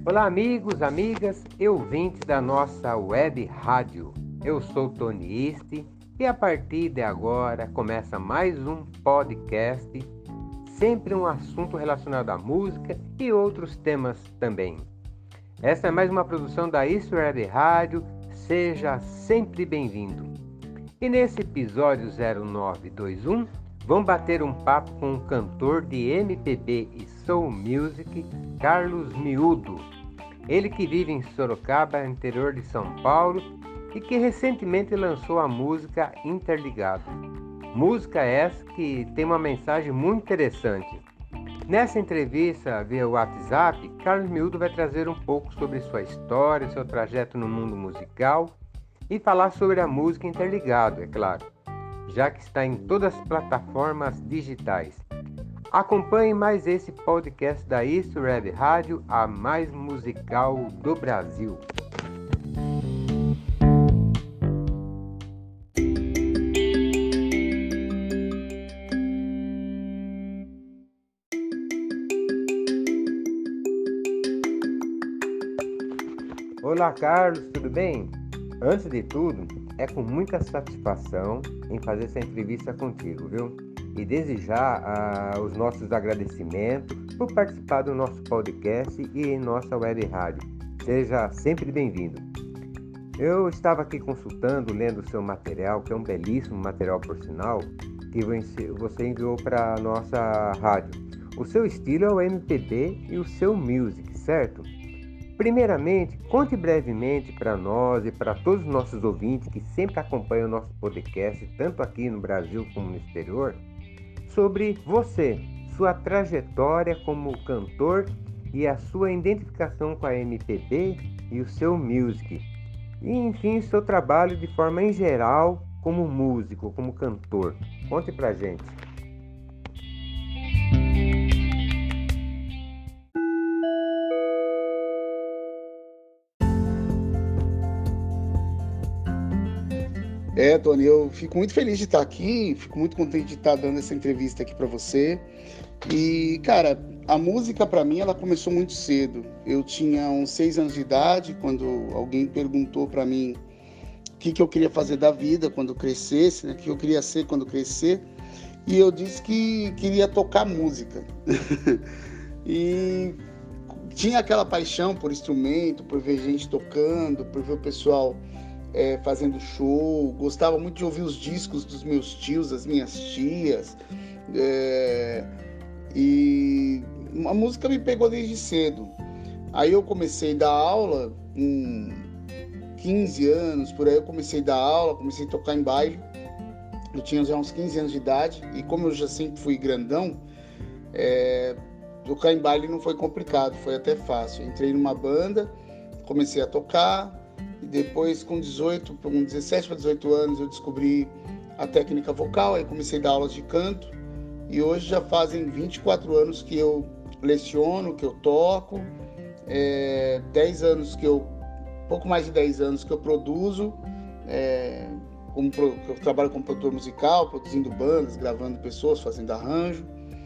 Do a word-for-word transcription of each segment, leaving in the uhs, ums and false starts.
Olá, amigos, amigas e ouvintes da nossa web rádio. Eu sou Tony Este e a partir de agora começa mais um podcast, sempre um assunto relacionado à música e outros temas também. Essa é mais uma produção da East Web Rádio, seja sempre bem-vindo. E nesse episódio zero nove dois um, vamos bater um papo com um cantor de M P B e Soul Music, Carlos Miúdo. Ele que vive em Sorocaba, interior de São Paulo, e que recentemente lançou a música Interligado. Música essa que tem uma mensagem muito interessante. Nessa entrevista via WhatsApp, Carlos Miúdo vai trazer um pouco sobre sua história, seu trajeto no mundo musical e falar sobre a música Interligado, é claro, já que está em todas as plataformas digitais. Acompanhe mais esse podcast da East Web Rádio, a mais musical do Brasil. Olá, Carlos, tudo bem? Antes de tudo, é com muita satisfação em fazer essa entrevista contigo, viu? E desde já ah, os nossos agradecimentos por participar do nosso podcast e em nossa web rádio. Seja sempre bem-vindo. Eu estava aqui consultando, lendo o seu material, que é um belíssimo material por sinal, que você enviou para a nossa rádio. O seu estilo é o M P B e o seu music, certo? Primeiramente, conte brevemente para nós e para todos os nossos ouvintes que sempre acompanham o nosso podcast, tanto aqui no Brasil como no exterior, sobre você, sua trajetória como cantor e a sua identificação com a M P B e o seu music. E, enfim, seu trabalho de forma em geral como músico, como cantor. Conte pra gente. É, Tony, eu fico muito feliz de estar aqui, fico muito contente de estar dando essa entrevista aqui para você. E, cara, a música para mim, ela começou muito cedo. Eu tinha uns seis anos de idade, quando alguém perguntou para mim o que, que eu queria fazer da vida quando crescesse, né? O que eu queria ser quando crescer. E eu disse que queria tocar música. E tinha aquela paixão por instrumento, por ver gente tocando, por ver o pessoal É, fazendo show, gostava muito de ouvir os discos dos meus tios, das minhas tias, é, e a música me pegou desde cedo. Aí eu comecei a dar aula, com quinze anos, por aí eu comecei a dar aula, comecei a tocar em baile, eu tinha já uns quinze anos de idade, e como eu já sempre fui grandão, é, tocar em baile não foi complicado, foi até fácil. Eu entrei numa banda, comecei a tocar, e depois com dezoito, com dezessete para dezoito anos eu descobri a técnica vocal, aí comecei a dar aulas de canto e hoje já fazem vinte e quatro anos que eu leciono, que eu toco, é, dez anos que eu, pouco mais de dez anos que eu produzo, é, como, que eu trabalho como produtor musical, produzindo bandas, gravando pessoas, fazendo arranjo,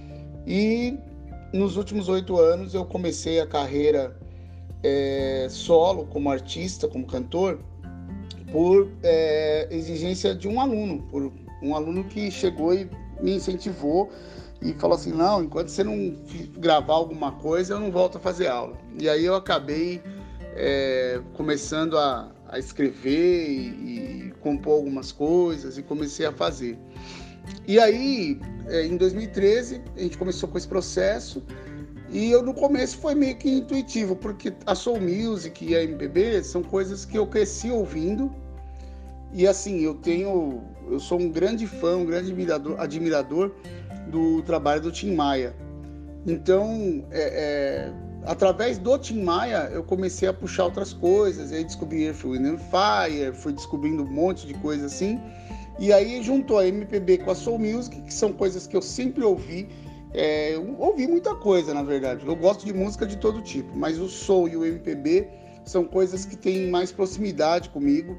e nos últimos oito anos eu comecei a carreira É, solo, como artista, como cantor, por é, exigência de um aluno, por um aluno que chegou e me incentivou e falou assim, não, enquanto você não gravar alguma coisa, eu não volto a fazer aula. E aí eu acabei é, começando a, a escrever e, e compor algumas coisas e comecei a fazer. E aí, é, em dois mil e treze, a gente começou com esse processo. E eu no começo foi meio que intuitivo, porque a Soul Music e a M P B são coisas que eu cresci ouvindo. E assim, eu tenho, eu sou um grande fã, um grande admirador, admirador do trabalho do Tim Maia. Então, é, é, através do Tim Maia, eu comecei a puxar outras coisas. Aí descobri Earth, Wind and Fire, fui descobrindo um monte de coisa assim. E aí juntou a M P B com a Soul Music, que são coisas que eu sempre ouvi. É, eu ouvi muita coisa, na verdade. Eu gosto de música de todo tipo, mas o soul e o M P B são coisas que têm mais proximidade comigo.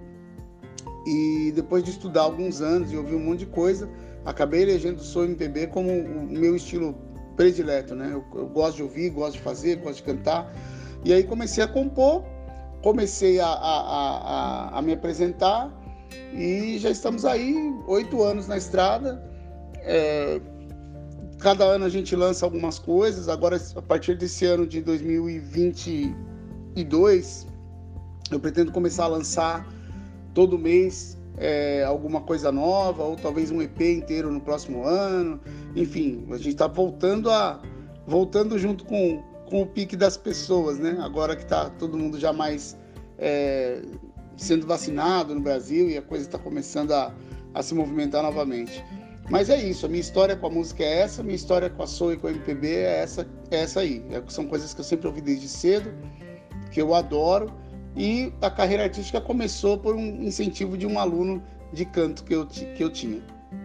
E depois de estudar alguns anos e ouvir um monte de coisa, acabei elegendo o soul e M P B como o meu estilo predileto, né? Eu, eu gosto de ouvir, gosto de fazer, gosto de cantar. E aí comecei a compor, comecei a, a, a, a me apresentar e já estamos aí oito anos na estrada. É, cada ano a gente lança algumas coisas. Agora, a partir desse ano de dois mil e vinte e dois, eu pretendo começar a lançar todo mês é, alguma coisa nova, ou talvez um E P inteiro no próximo ano. Enfim, a gente está voltando a voltando junto com, com o pique das pessoas, né? Agora que está todo mundo já mais é, sendo vacinado no Brasil e a coisa está começando a, a se movimentar novamente. Mas é isso, a minha história com a música é essa, a minha história com a soul e com a M P B é essa, é essa aí. É, são coisas que eu sempre ouvi desde cedo, que eu adoro, e a carreira artística começou por um incentivo de um aluno de canto que eu, que eu tinha.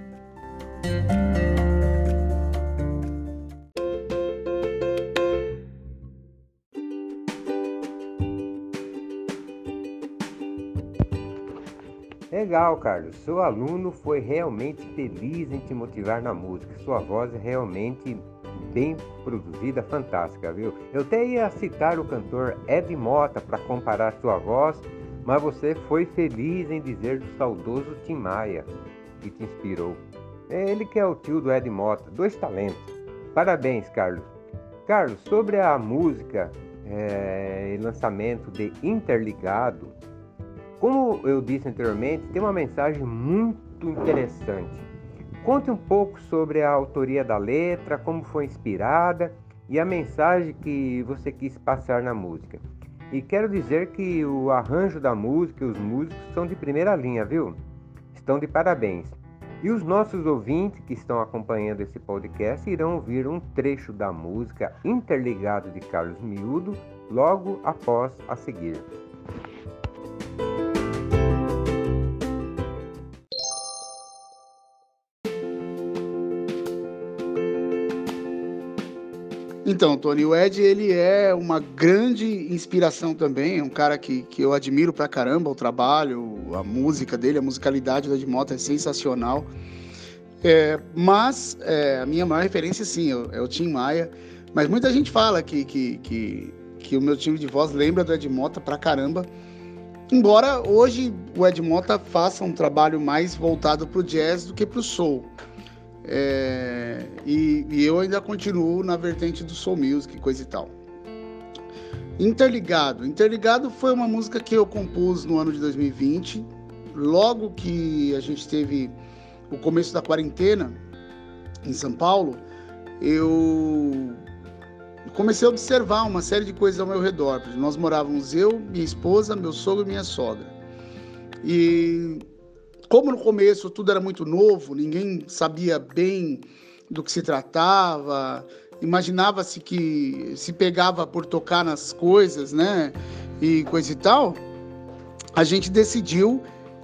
Legal, Carlos. Seu aluno foi realmente feliz em te motivar na música. Sua voz é realmente bem produzida, fantástica, viu? Eu até ia citar o cantor Ed Motta para comparar sua voz, mas você foi feliz em dizer do saudoso Tim Maia, que te inspirou. É ele que é o tio do Ed Motta, dois talentos. Parabéns, Carlos. Carlos, sobre a música é, e lançamento de Interligado, como eu disse anteriormente, tem uma mensagem muito interessante. Conte um pouco sobre a autoria da letra, como foi inspirada e a mensagem que você quis passar na música. E quero dizer que o arranjo da música e os músicos são de primeira linha, viu? Estão de parabéns. E os nossos ouvintes que estão acompanhando esse podcast irão ouvir um trecho da música Interligado de Carlos Miúdo logo após a seguir. Então, Tony, o Ed, ele é uma grande inspiração também, é um cara que, que eu admiro pra caramba, o trabalho, a música dele, a musicalidade do Ed Motta é sensacional. É, mas é, a minha maior referência, sim, é, é o Tim Maia, mas muita gente fala que, que, que, que o meu time de voz lembra do Ed Motta pra caramba, embora hoje o Ed Motta faça um trabalho mais voltado pro jazz do que pro soul. É, e, e eu ainda continuo na vertente do soul music, coisa e tal. Interligado. Interligado foi uma música que eu compus no ano de dois mil e vinte, logo que a gente teve o começo da quarentena em São Paulo. Eu comecei a observar uma série de coisas ao meu redor. Nós morávamos eu, minha esposa, meu sogro e minha sogra. E como no começo tudo era muito novo, ninguém sabia bem do que se tratava, imaginava-se que se pegava por tocar nas coisas, né, e coisa e tal, a gente decidiu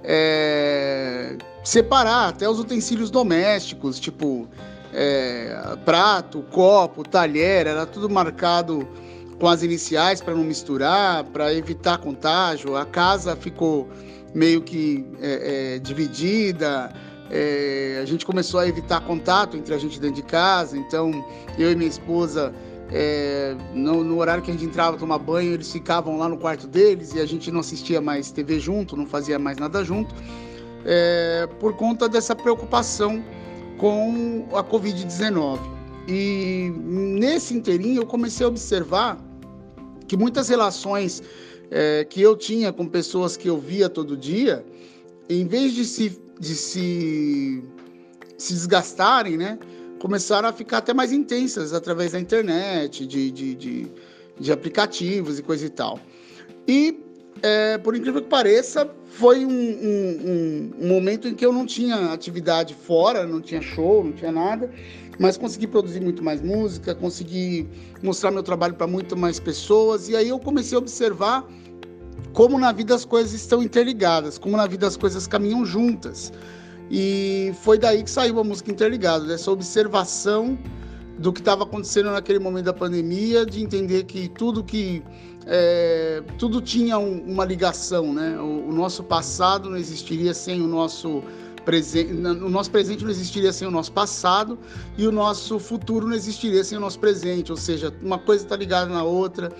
é, separar até os utensílios domésticos, tipo é, prato, copo, talher, era tudo marcado com as iniciais para não misturar, para evitar contágio. A casa ficou meio que é, é, dividida, é, a gente começou a evitar contato entre a gente dentro de casa, então eu e minha esposa, é, no, no horário que a gente entrava tomar banho, eles ficavam lá no quarto deles e a gente não assistia mais T V junto, não fazia mais nada junto, é, por conta dessa preocupação com a covid dezenove. E nesse inteirinho eu comecei a observar que muitas relações É, que eu tinha com pessoas que eu via todo dia, em vez de se, de se, se desgastarem, né, começaram a ficar até mais intensas através da internet, de, de, de, de aplicativos e coisa e tal. E, é, por incrível que pareça, foi um, um, um, um momento em que eu não tinha atividade fora, não tinha show, não tinha nada, mas consegui produzir muito mais música, consegui mostrar meu trabalho para muito mais pessoas, e aí eu comecei a observar como na vida as coisas estão interligadas, como na vida as coisas caminham juntas. E foi daí que saiu a música Interligado, dessa observação do que estava acontecendo naquele momento da pandemia, de entender que tudo que é, tudo tinha um, uma ligação, né? O, o nosso passado não existiria sem o nosso presente, o nosso presente não existiria sem o nosso passado, e o nosso futuro não existiria sem o nosso presente, ou seja, uma coisa está ligada na outra.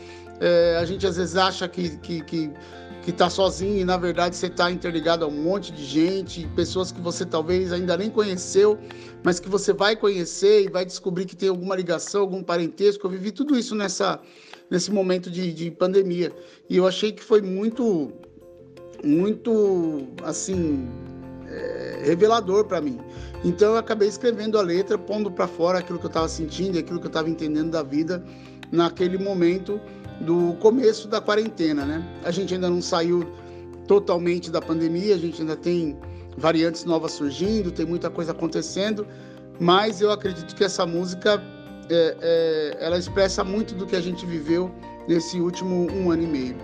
É, a gente às vezes acha que, que, que, que tá sozinho e na verdade você está interligado a um monte de gente, pessoas que você talvez ainda nem conheceu, mas que você vai conhecer e vai descobrir que tem alguma ligação, algum parentesco. Eu vivi tudo isso nessa, nesse momento de, de pandemia e eu achei que foi muito, muito assim, é, revelador para mim. Então eu acabei escrevendo a letra, pondo para fora aquilo que eu estava sentindo, aquilo que eu estava entendendo da vida naquele momento do começo da quarentena, né? A gente ainda não saiu totalmente da pandemia, a gente ainda tem variantes novas surgindo, tem muita coisa acontecendo, mas eu acredito que essa música, é, é, ela expressa muito do que a gente viveu nesse último um ano e meio.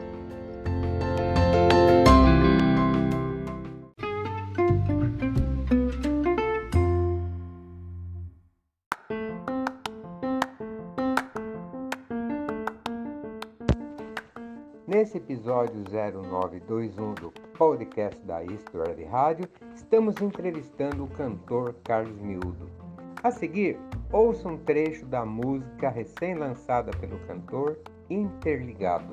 Nesse episódio zero nove dois um do podcast da História de Rádio, estamos entrevistando o cantor Carlos Miúdo. A seguir, ouça um trecho da música recém-lançada pelo cantor, Interligado.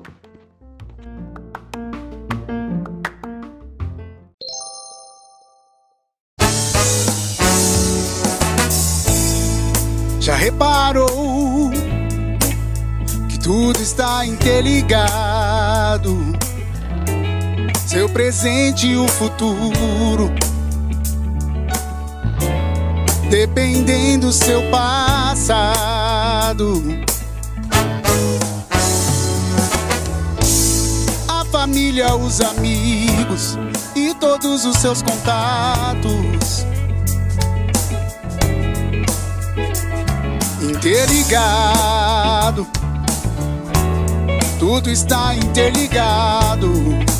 Já reparou que tudo está interligado? Seu presente e o futuro, dependendo do seu passado. A família, os amigos e todos os seus contatos, interligado, tudo está interligado.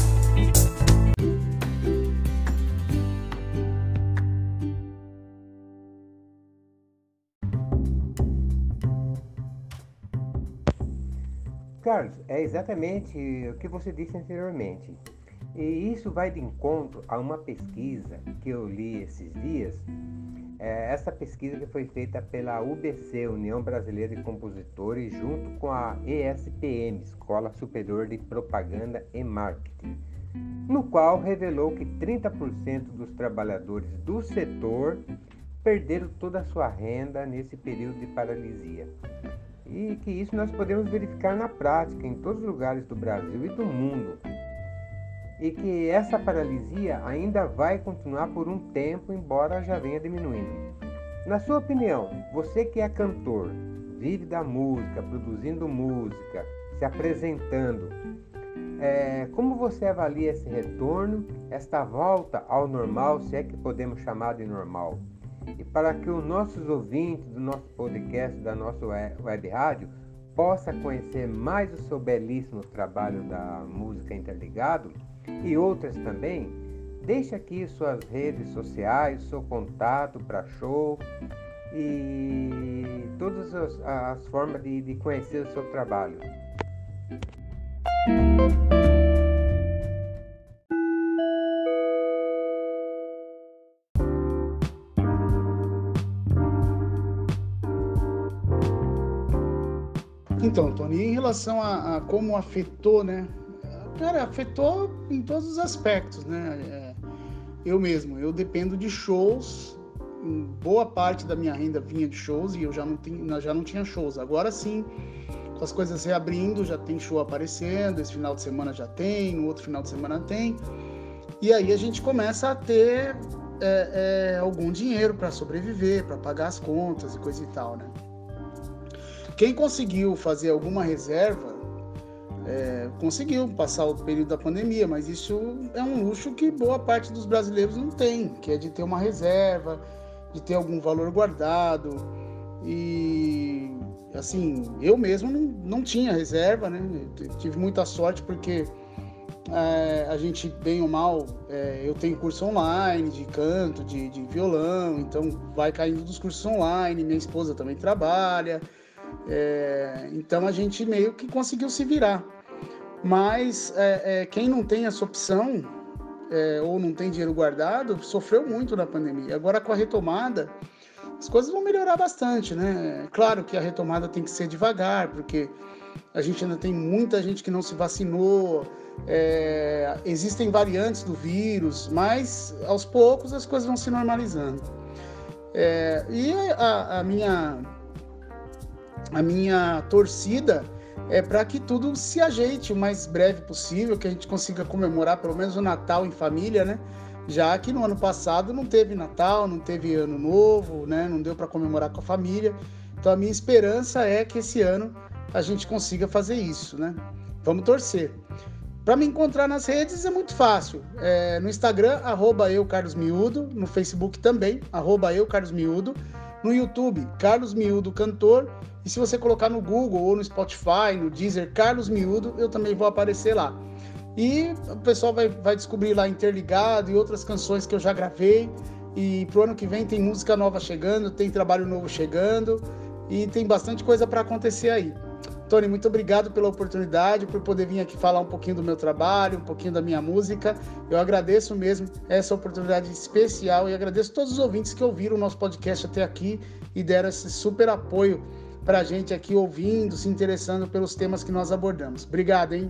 Carlos, é exatamente o que você disse anteriormente. E isso vai de encontro a uma pesquisa que eu li esses dias. É, essa pesquisa que foi feita pela U B C, União Brasileira de Compositores, junto com a E S P M, Escola Superior de Propaganda e Marketing, no qual revelou que trinta por cento dos trabalhadores do setor perderam toda a sua renda nesse período de paralisia. E que isso nós podemos verificar na prática em todos os lugares do Brasil e do mundo. E que essa paralisia ainda vai continuar por um tempo, embora já venha diminuindo. Na sua opinião, você que é cantor, vive da música, produzindo música, se apresentando, é, como você avalia esse retorno, esta volta ao normal, se é que podemos chamar de normal? E para que os nossos ouvintes do nosso podcast, da nossa web rádio, possa conhecer mais o seu belíssimo trabalho da música Interligado e outras também, deixe aqui suas redes sociais, seu contato para show e todas as, as formas de, de conhecer o seu trabalho. Então, Tony, em relação a, a como afetou, né? Cara, afetou em todos os aspectos, né? É, eu mesmo, eu dependo de shows, boa parte da minha renda vinha de shows e eu já não, tinha, já não tinha shows. Agora sim, com as coisas reabrindo, já tem show aparecendo, esse final de semana já tem, no outro final de semana tem. E aí a gente começa a ter é, é, algum dinheiro para sobreviver, para pagar as contas e coisa e tal, né? Quem conseguiu fazer alguma reserva, é, conseguiu passar o período da pandemia, mas isso é um luxo que boa parte dos brasileiros não tem, que é de ter uma reserva, de ter algum valor guardado. E, assim, eu mesmo não, não tinha reserva, né? Eu tive muita sorte porque é, a gente, bem ou mal, é, eu tenho curso online de canto, de, de violão, então vai caindo dos cursos online, minha esposa também trabalha. É, então a gente meio que conseguiu se virar, mas é, é, quem não tem essa opção é, ou não tem dinheiro guardado sofreu muito na pandemia. Agora com a retomada as coisas vão melhorar bastante, né? Claro que a retomada tem que ser devagar, porque a gente ainda tem muita gente que não se vacinou, é, existem variantes do vírus, mas aos poucos as coisas vão se normalizando. É, e a, a, minha, a minha torcida é para que tudo se ajeite o mais breve possível, que a gente consiga comemorar pelo menos o Natal em família, né? Já que no ano passado não teve Natal, não teve Ano Novo, né? Não deu para comemorar com a família. Então a minha esperança é que esse ano a gente consiga fazer isso, né? Vamos torcer. Para me encontrar nas redes é muito fácil. É, no Instagram, arroba eu, Carlos Miúdo. No Facebook também, arroba eu, Carlos Miúdo. No YouTube, Carlos Miúdo Cantor. E se você colocar no Google ou no Spotify, no Deezer, Carlos Miúdo, eu também vou aparecer lá. E o pessoal vai, vai descobrir lá Interligado e outras canções que eu já gravei. E pro ano que vem tem música nova chegando, tem trabalho novo chegando. E tem bastante coisa para acontecer aí. Tony, muito obrigado pela oportunidade, por poder vir aqui falar um pouquinho do meu trabalho, um pouquinho da minha música. Eu agradeço mesmo essa oportunidade especial e agradeço a todos os ouvintes que ouviram o nosso podcast até aqui e deram esse super apoio para a gente aqui ouvindo, se interessando pelos temas que nós abordamos. Obrigado, hein?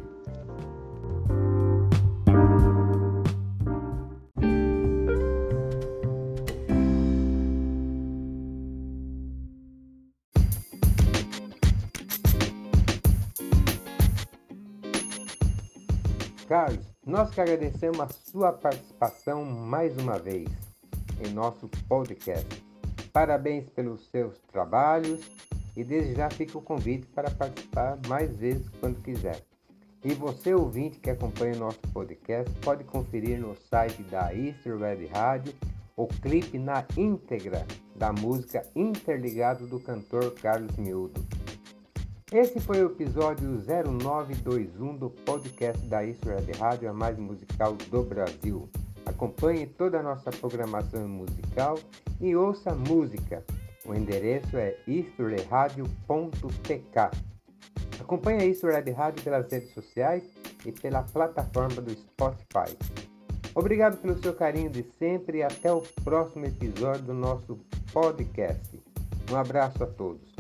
Carlos, nós que agradecemos a sua participação mais uma vez em nosso podcast. Parabéns pelos seus trabalhos e desde já fica o convite para participar mais vezes quando quiser. E você, ouvinte que acompanha o nosso podcast, pode conferir no site da Easter Web Rádio o clipe na íntegra da música Interligado do cantor Carlos Miúdo. Esse foi o episódio zero nove dois um do podcast da Easter Web Rádio, a mais musical do Brasil. Acompanhe toda a nossa programação musical e ouça música. O endereço é easter radio ponto t k. Acompanhe a Easter Web Rádio pelas redes sociais e pela plataforma do Spotify. Obrigado pelo seu carinho de sempre e até o próximo episódio do nosso podcast. Um abraço a todos.